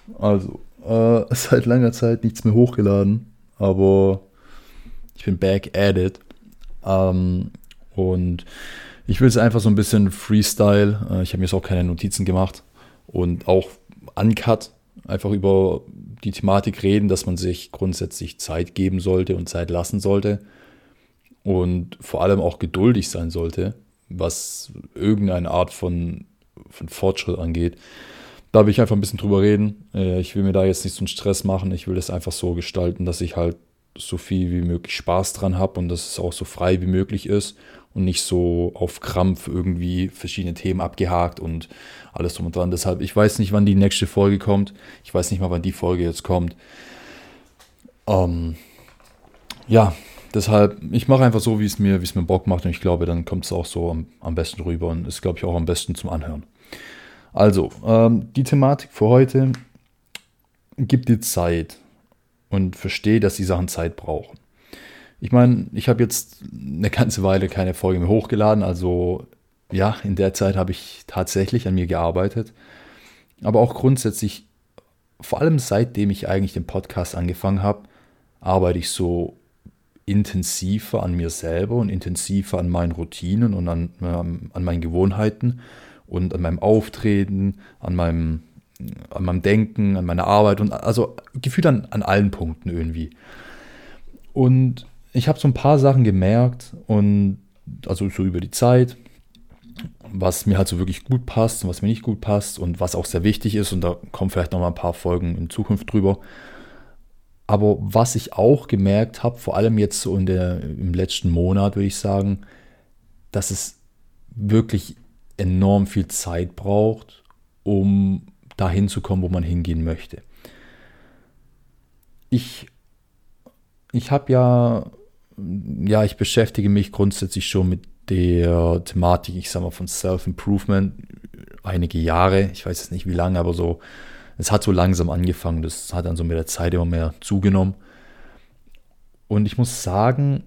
Also, seit langer Zeit nichts mehr hochgeladen, aber ich bin back at it. Ähm, und ich will es einfach so ein bisschen Freestyle. Ich habe mir jetzt auch keine Notizen gemacht und auch uncut. Einfach über die Thematik reden, dass man sich grundsätzlich Zeit geben sollte und Zeit lassen sollte und vor allem auch geduldig sein sollte, was irgendeine Art von Fortschritt angeht. Da will ich einfach ein bisschen drüber reden. Ich will mir da jetzt nicht so einen Stress machen. Ich will das einfach so gestalten, dass ich halt so viel wie möglich Spaß dran habe und dass es auch so frei wie möglich ist und nicht so auf Krampf irgendwie verschiedene Themen abgehakt und alles drum und dran. Deshalb, ich weiß nicht, wann die nächste Folge kommt. Ich weiß nicht mal, wann die Folge jetzt kommt. Ähm, ja, deshalb, ich mache einfach so, wie es mir Bock macht und ich glaube, dann kommt es auch so am besten rüber und ist, glaube ich, auch am besten zum Anhören. Also, die Thematik für heute: Gib dir Zeit und verstehe, dass die Sachen Zeit brauchen. Ich meine, ich habe jetzt eine ganze Weile keine Folge mehr hochgeladen, also ja, in der Zeit habe ich tatsächlich an mir gearbeitet, aber auch grundsätzlich, vor allem seitdem ich eigentlich den Podcast angefangen habe, arbeite ich so intensiver an mir selber und intensiver an meinen Routinen und an meinen Gewohnheiten und an meinem Auftreten, an meinem Denken, an meiner Arbeit und also gefühlt an allen Punkten irgendwie. Und ich habe so ein paar Sachen gemerkt und also so über die Zeit, was mir halt so wirklich gut passt und was mir nicht gut passt und was auch sehr wichtig ist und da kommen vielleicht noch mal ein paar Folgen in Zukunft drüber. Aber was ich auch gemerkt habe, vor allem jetzt so im letzten Monat, würde ich sagen, dass es wirklich enorm viel Zeit braucht, um dahin zu kommen, wo man hingehen möchte. Ich, ich habe ich beschäftige mich grundsätzlich schon mit der Thematik, ich sag mal, von Self-Improvement einige Jahre. Ich weiß jetzt nicht wie lange, aber so, es hat so langsam angefangen. Das hat dann so mit der Zeit immer mehr zugenommen. Und ich muss sagen,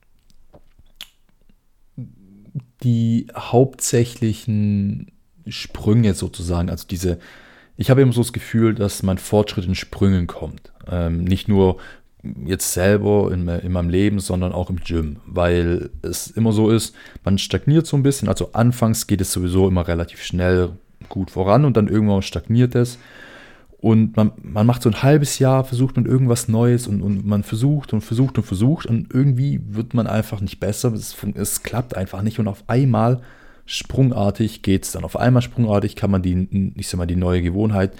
die hauptsächlichen Sprünge sozusagen, ich habe immer so das Gefühl, dass mein Fortschritt in Sprüngen kommt. Nicht nur jetzt selber in meinem Leben, sondern auch im Gym, weil es immer so ist, man stagniert so ein bisschen. Also anfangs geht es sowieso immer relativ schnell gut voran und dann irgendwann stagniert es. Und man macht so ein halbes Jahr, versucht man irgendwas Neues und man versucht und versucht und versucht und irgendwie wird man einfach nicht besser. Es klappt einfach nicht und auf einmal sprungartig geht es dann. Auf einmal sprungartig kann man ich sag mal, die neue Gewohnheit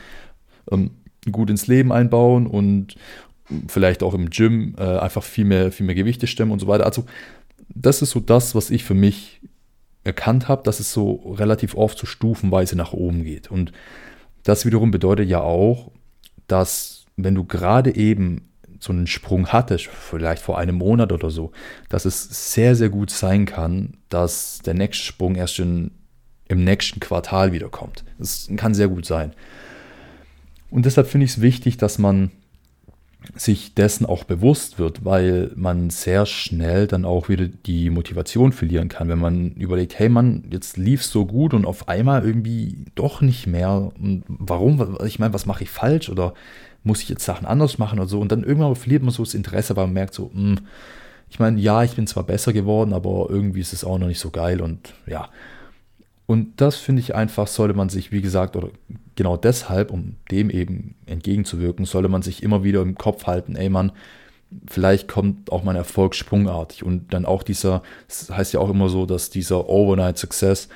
gut ins Leben einbauen und vielleicht auch im Gym einfach viel mehr Gewichte stemmen und so weiter. Also das ist so das, was ich für mich erkannt habe, dass es so relativ oft so stufenweise nach oben geht. Und das wiederum bedeutet ja auch, dass wenn du gerade eben so einen Sprung hattest, vielleicht vor einem Monat oder so, dass es sehr, sehr gut sein kann, dass der nächste Sprung im nächsten Quartal wiederkommt. Das kann sehr gut sein. Und deshalb finde ich es wichtig, dass man sich dessen auch bewusst wird, weil man sehr schnell dann auch wieder die Motivation verlieren kann, wenn man überlegt, hey Mann, jetzt lief es so gut und auf einmal irgendwie doch nicht mehr. Und warum? Ich meine, was mache ich falsch oder muss ich jetzt Sachen anders machen oder so? Und dann irgendwann verliert man so das Interesse, weil man merkt so, ich meine, ja, ich bin zwar besser geworden, aber irgendwie ist es auch noch nicht so geil und ja. Und das finde ich einfach, sollte man sich, wie gesagt, oder genau deshalb, um dem eben entgegenzuwirken, sollte man sich immer wieder im Kopf halten, ey Mann, vielleicht kommt auch mein Erfolg sprungartig. Und dann auch das heißt ja auch immer so, dass dieser Overnight Success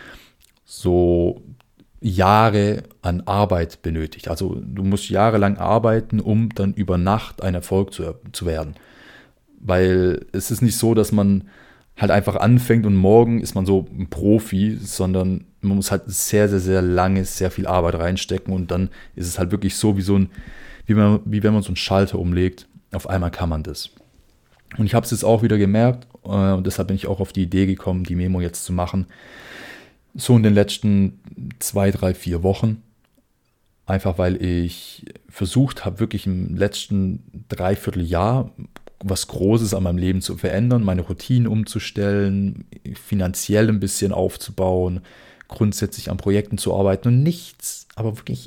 so Jahre an Arbeit benötigt. Also du musst jahrelang arbeiten, um dann über Nacht ein Erfolg zu werden. Weil es ist nicht so, dass man halt einfach anfängt und morgen ist man so ein Profi, sondern man muss halt sehr, sehr, sehr lange, sehr viel Arbeit reinstecken und dann ist es halt wirklich so wie wenn man so einen Schalter umlegt. Auf einmal kann man das. Und ich habe es jetzt auch wieder gemerkt und deshalb bin ich auch auf die Idee gekommen, die Memo jetzt zu machen. So in den letzten 2, 3, 4 Wochen. Einfach weil ich versucht habe, wirklich im letzten Dreivierteljahr was Großes an meinem Leben zu verändern, meine Routinen umzustellen, finanziell ein bisschen aufzubauen, grundsätzlich an Projekten zu arbeiten und nichts, aber wirklich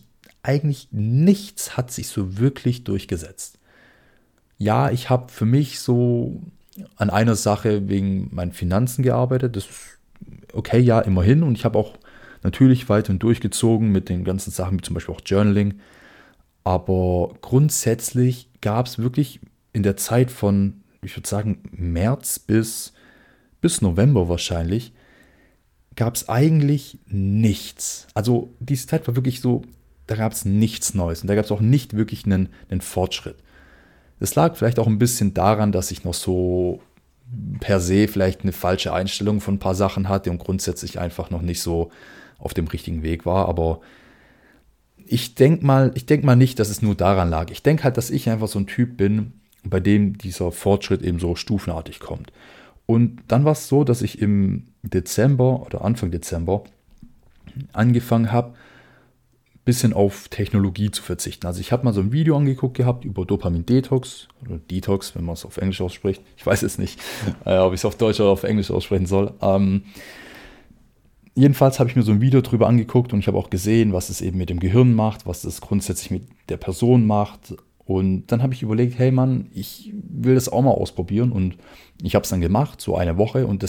eigentlich nichts hat sich so wirklich durchgesetzt. Ja, ich habe für mich so an einer Sache wegen meinen Finanzen gearbeitet. Das ist okay, ja, immerhin. Und ich habe auch natürlich weiterhin durchgezogen mit den ganzen Sachen, wie zum Beispiel auch Journaling. Aber grundsätzlich gab es wirklich in der Zeit von, ich würde sagen, März bis November wahrscheinlich, gab es eigentlich nichts. Also diese Zeit war wirklich so, da gab es nichts Neues und da gab es auch nicht wirklich einen Fortschritt. Das lag vielleicht auch ein bisschen daran, dass ich noch so per se vielleicht eine falsche Einstellung von ein paar Sachen hatte und grundsätzlich einfach noch nicht so auf dem richtigen Weg war. Aber ich denk mal nicht, dass es nur daran lag. Ich denke halt, dass ich einfach so ein Typ bin, bei dem dieser Fortschritt eben so stufenartig kommt. Und dann war es so, dass ich im Dezember oder Anfang Dezember angefangen habe, ein bisschen auf Technologie zu verzichten. Also ich habe mal so ein Video angeguckt gehabt über Dopamin-Detox oder Detox, wenn man es auf Englisch ausspricht. Ich weiß es nicht, ob ich es auf Deutsch oder auf Englisch aussprechen soll. Jedenfalls habe ich mir so ein Video drüber angeguckt und ich habe auch gesehen, was es eben mit dem Gehirn macht, was es grundsätzlich mit der Person macht. Und dann habe ich überlegt, hey Mann, ich will das auch mal ausprobieren. Und ich habe es dann gemacht, so eine Woche. Und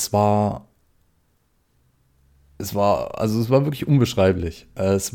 es war wirklich unbeschreiblich.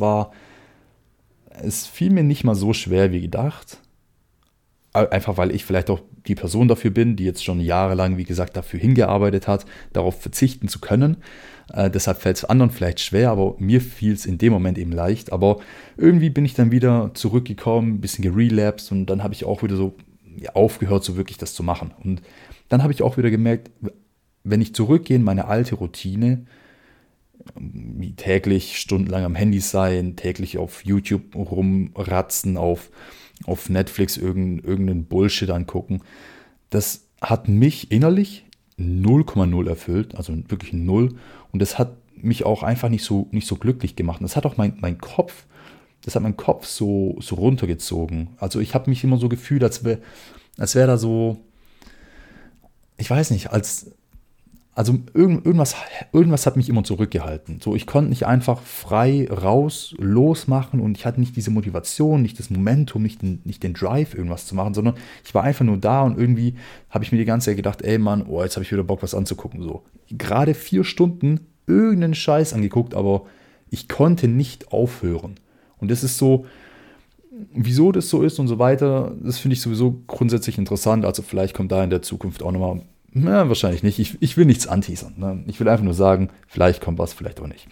Es fiel mir nicht mal so schwer wie gedacht. Einfach weil ich vielleicht auch die Person dafür bin, die jetzt schon jahrelang, wie gesagt, dafür hingearbeitet hat, darauf verzichten zu können. Deshalb fällt es anderen vielleicht schwer, aber mir fiel es in dem Moment eben leicht. Aber irgendwie bin ich dann wieder zurückgekommen, ein bisschen gerelapsed und dann habe ich auch wieder so aufgehört, so wirklich das zu machen. Und dann habe ich auch wieder gemerkt, wenn ich zurückgehe in meine alte Routine, wie täglich stundenlang am Handy sein, täglich auf YouTube rumratzen, auf Netflix irgendeinen Bullshit angucken, das hat mich innerlich 0,0 erfüllt, also wirklich null. Und das hat mich auch einfach nicht so glücklich gemacht. Und das hat auch mein Kopf, das hat meinen Kopf so runtergezogen. Also ich habe mich immer so gefühlt, als wär da so, ich weiß nicht, also irgendwas hat mich immer zurückgehalten. So, ich konnte nicht einfach frei losmachen und ich hatte nicht diese Motivation, nicht das Momentum, nicht den Drive, irgendwas zu machen, sondern ich war einfach nur da und irgendwie habe ich mir die ganze Zeit gedacht, ey Mann, oh, jetzt habe ich wieder Bock, was anzugucken. So, gerade 4 Stunden irgendeinen Scheiß angeguckt, aber ich konnte nicht aufhören. Und das ist so, wieso das so ist und so weiter, das finde ich sowieso grundsätzlich interessant. Also vielleicht kommt da in der Zukunft auch nochmal. Na, wahrscheinlich nicht. Ich will nichts anteasern. Ne? Ich will einfach nur sagen, vielleicht kommt was, vielleicht auch nicht.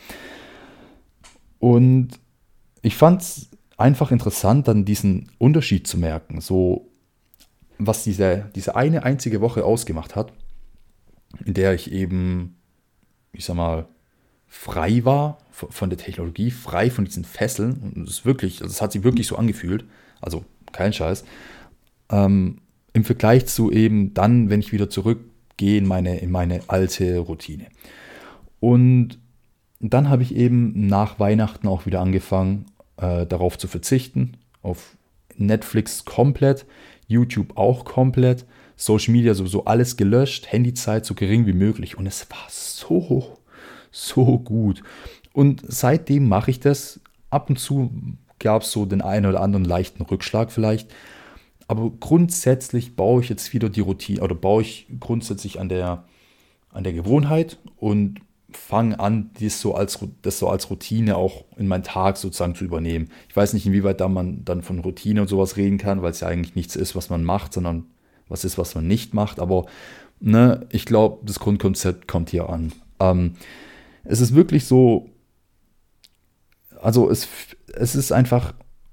Und ich fand es einfach interessant, dann diesen Unterschied zu merken. So, was diese eine einzige Woche ausgemacht hat, in der ich eben, ich sag mal, frei war von der Technologie, frei von diesen Fesseln. Und es hat sich wirklich so angefühlt. Also kein Scheiß. Im Vergleich zu eben dann, wenn ich wieder zurückgehe in meine alte Routine. Und dann habe ich eben nach Weihnachten auch wieder angefangen, darauf zu verzichten. Auf Netflix komplett, YouTube auch komplett, Social Media sowieso alles gelöscht, Handyzeit so gering wie möglich. Und es war so gut. Und seitdem mache ich das. Ab und zu gab es so den einen oder anderen leichten Rückschlag vielleicht. Aber grundsätzlich baue ich jetzt wieder die Routine oder baue ich grundsätzlich an der Gewohnheit und fange an, das so als Routine auch in meinen Tag sozusagen zu übernehmen. Ich weiß nicht, inwieweit da man dann von Routine und sowas reden kann, weil es ja eigentlich nichts ist, was man macht, sondern was ist, was man nicht macht. Aber ne, ich glaube, das Grundkonzept kommt hier an. Es ist wirklich so, also es ist einfach,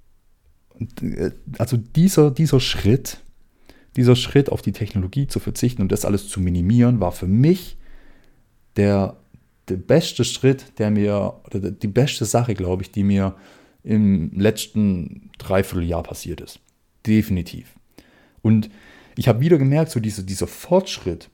also dieser Schritt auf die Technologie zu verzichten und das alles zu minimieren, war für mich der beste Schritt, oder die beste Sache, glaube ich, die mir im letzten Dreivierteljahr passiert ist. Definitiv. Und ich habe wieder gemerkt, so dieser Fortschritt,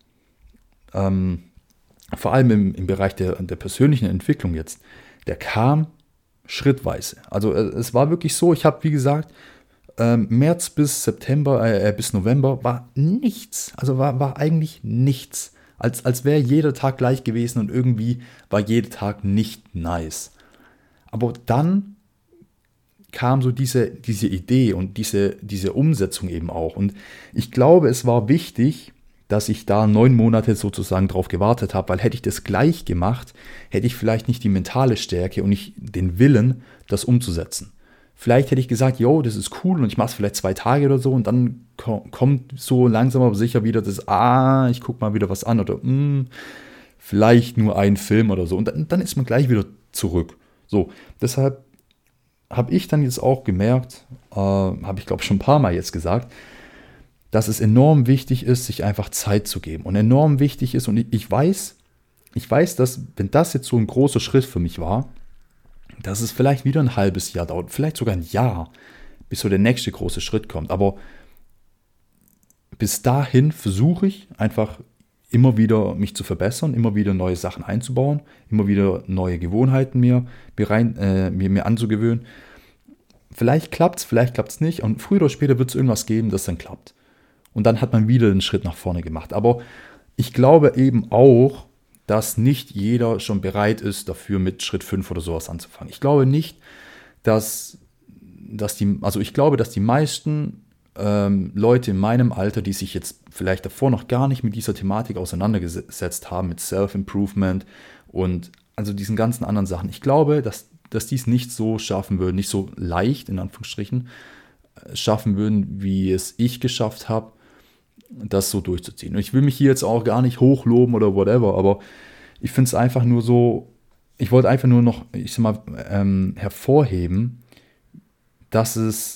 vor allem im Bereich der persönlichen Entwicklung jetzt, der kam schrittweise. Also es war wirklich so, ich habe, wie gesagt, März bis November war nichts. Also war eigentlich nichts. Als wäre jeder Tag gleich gewesen und irgendwie war jeder Tag nicht nice. Aber dann kam so diese Idee und diese Umsetzung eben auch. Und ich glaube, es war wichtig, dass ich da 9 Monate sozusagen drauf gewartet habe, weil hätte ich das gleich gemacht, hätte ich vielleicht nicht die mentale Stärke und nicht den Willen, das umzusetzen. Vielleicht hätte ich gesagt, yo, das ist cool und ich mache es vielleicht 2 Tage oder so und dann kommt so langsam aber sicher wieder das, ich gucke mal wieder was an oder vielleicht nur einen Film oder so und dann ist man gleich wieder zurück. So, deshalb habe ich dann jetzt auch gemerkt, habe ich glaube schon ein paar Mal jetzt gesagt, dass es enorm wichtig ist, sich einfach Zeit zu geben und enorm wichtig ist und ich weiß, dass wenn das jetzt so ein großer Schritt für mich war, dass es vielleicht wieder ein halbes Jahr dauert, vielleicht sogar ein Jahr, bis so der nächste große Schritt kommt. Aber bis dahin versuche ich einfach immer wieder mich zu verbessern, immer wieder neue Sachen einzubauen, immer wieder neue Gewohnheiten mir anzugewöhnen. Vielleicht klappt es nicht und früher oder später wird es irgendwas geben, das dann klappt. Und dann hat man wieder einen Schritt nach vorne gemacht. Aber ich glaube eben auch, dass nicht jeder schon bereit ist, dafür mit Schritt 5 oder sowas anzufangen. Ich glaube nicht, dass die meisten Leute in meinem Alter, die sich jetzt vielleicht davor noch gar nicht mit dieser Thematik auseinandergesetzt haben, mit Self-Improvement und also diesen ganzen anderen Sachen, ich glaube, dass die es nicht so schaffen würden, nicht so leicht, in Anführungsstrichen, schaffen würden, wie es ich geschafft habe, das so durchzuziehen. Und ich will mich hier jetzt auch gar nicht hochloben oder whatever, aber ich finde es einfach nur so, ich wollte einfach nur noch, hervorheben, dass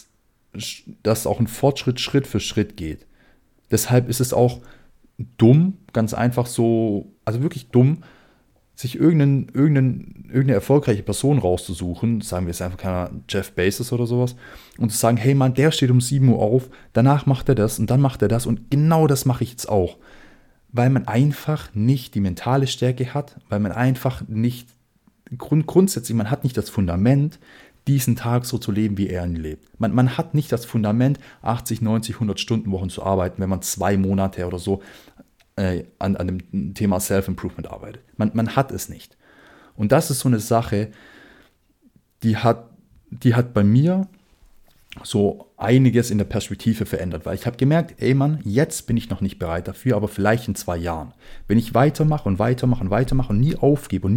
auch ein Fortschritt Schritt für Schritt geht. Deshalb ist es auch dumm, ganz einfach so, also wirklich dumm, sich irgendeine erfolgreiche Person rauszusuchen, sagen wir jetzt einfach keiner Jeff Bezos oder sowas, und zu sagen, hey Mann, der steht um 7 Uhr auf, danach macht er das und dann macht er das und genau das mache ich jetzt auch. Weil man einfach nicht die mentale Stärke hat, weil man einfach nicht, grundsätzlich, man hat nicht das Fundament, diesen Tag so zu leben, wie er ihn lebt. Man hat nicht das Fundament, 80, 90, 100 Stunden Wochen zu arbeiten, wenn man 2 Monate oder so an dem Thema Self-Improvement arbeitet. Man hat es nicht. Und das ist so eine Sache, die hat bei mir so einiges in der Perspektive verändert, weil ich habe gemerkt, ey Mann, jetzt bin ich noch nicht bereit dafür, aber vielleicht in 2 Jahren. Wenn ich weitermache und nie aufgebe und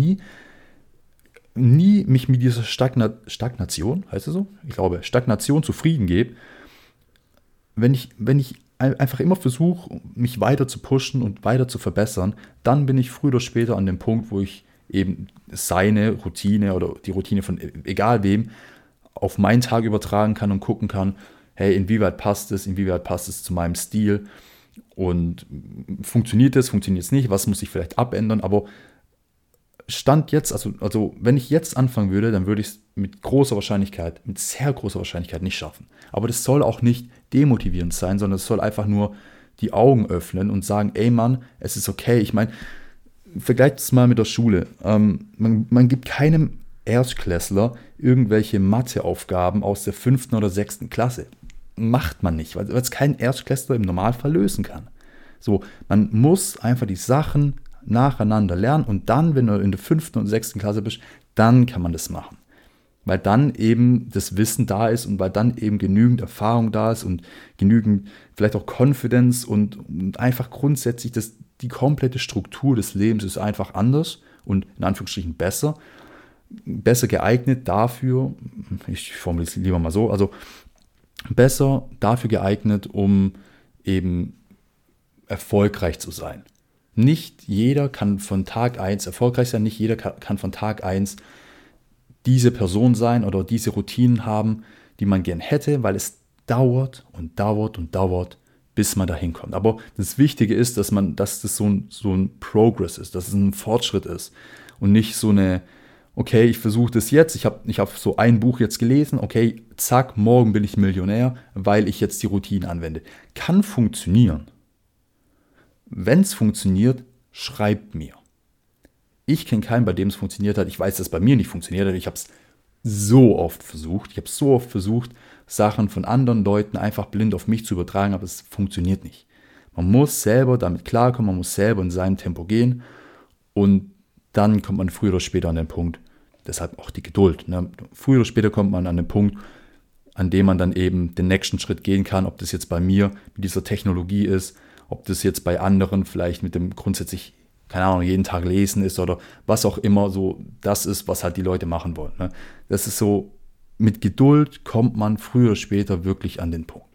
nie mich mit dieser Stagnation, heißt es so? Ich glaube, Stagnation zufrieden gebe, wenn ich einfach immer versuche, mich weiter zu pushen und weiter zu verbessern, dann bin ich früher oder später an dem Punkt, wo ich eben seine Routine oder die Routine von egal wem auf meinen Tag übertragen kann und gucken kann, hey, inwieweit passt es zu meinem Stil und funktioniert es nicht, was muss ich vielleicht abändern, aber Stand jetzt, also wenn ich jetzt anfangen würde, dann würde ich es mit sehr großer Wahrscheinlichkeit nicht schaffen. Aber das soll auch nicht demotivierend sein, sondern es soll einfach nur die Augen öffnen und sagen, ey Mann, es ist okay. Ich meine, vergleicht es mal mit der Schule. Man gibt keinem Erstklässler irgendwelche Matheaufgaben aus der 5. oder 6. Klasse. Macht man nicht, weil es kein Erstklässler im Normalfall lösen kann. So, man muss einfach die Sachen nacheinander lernen und dann, wenn du in der 5. und 6. Klasse bist, dann kann man das machen. Weil dann eben das Wissen da ist und weil dann eben genügend Erfahrung da ist und genügend vielleicht auch Confidence und einfach grundsätzlich die komplette Struktur des Lebens ist einfach anders und in Anführungsstrichen besser geeignet dafür, ich formuliere es lieber mal so, also besser dafür geeignet, um eben erfolgreich zu sein. Nicht jeder kann von Tag 1 erfolgreich sein, nicht jeder kann von Tag 1 diese Person sein oder diese Routinen haben, die man gern hätte, weil es dauert und dauert und dauert, bis man dahin kommt. Aber das Wichtige ist, dass das so ein Progress ist, dass es ein Fortschritt ist und nicht so eine, okay, ich versuche das jetzt, ich hab so ein Buch jetzt gelesen, okay, zack, morgen bin ich Millionär, weil ich jetzt die Routine anwende. Kann funktionieren. Wenn es funktioniert, schreibt mir. Ich kenne keinen, bei dem es funktioniert hat. Ich weiß, dass es bei mir nicht funktioniert hat. Ich habe es so oft versucht. Sachen von anderen Leuten einfach blind auf mich zu übertragen, aber es funktioniert nicht. Man muss selber damit klarkommen, man muss selber in seinem Tempo gehen und dann kommt man früher oder später an den Punkt, deshalb auch die Geduld. Ne? Früher oder später kommt man an den Punkt, an dem man dann eben den nächsten Schritt gehen kann, ob das jetzt bei mir mit dieser Technologie ist, ob das jetzt bei anderen vielleicht mit dem grundsätzlich, keine Ahnung, jeden Tag lesen ist oder was auch immer so das ist, was halt die Leute machen wollen. Ne? Das ist so, mit Geduld kommt man früher oder später wirklich an den Punkt.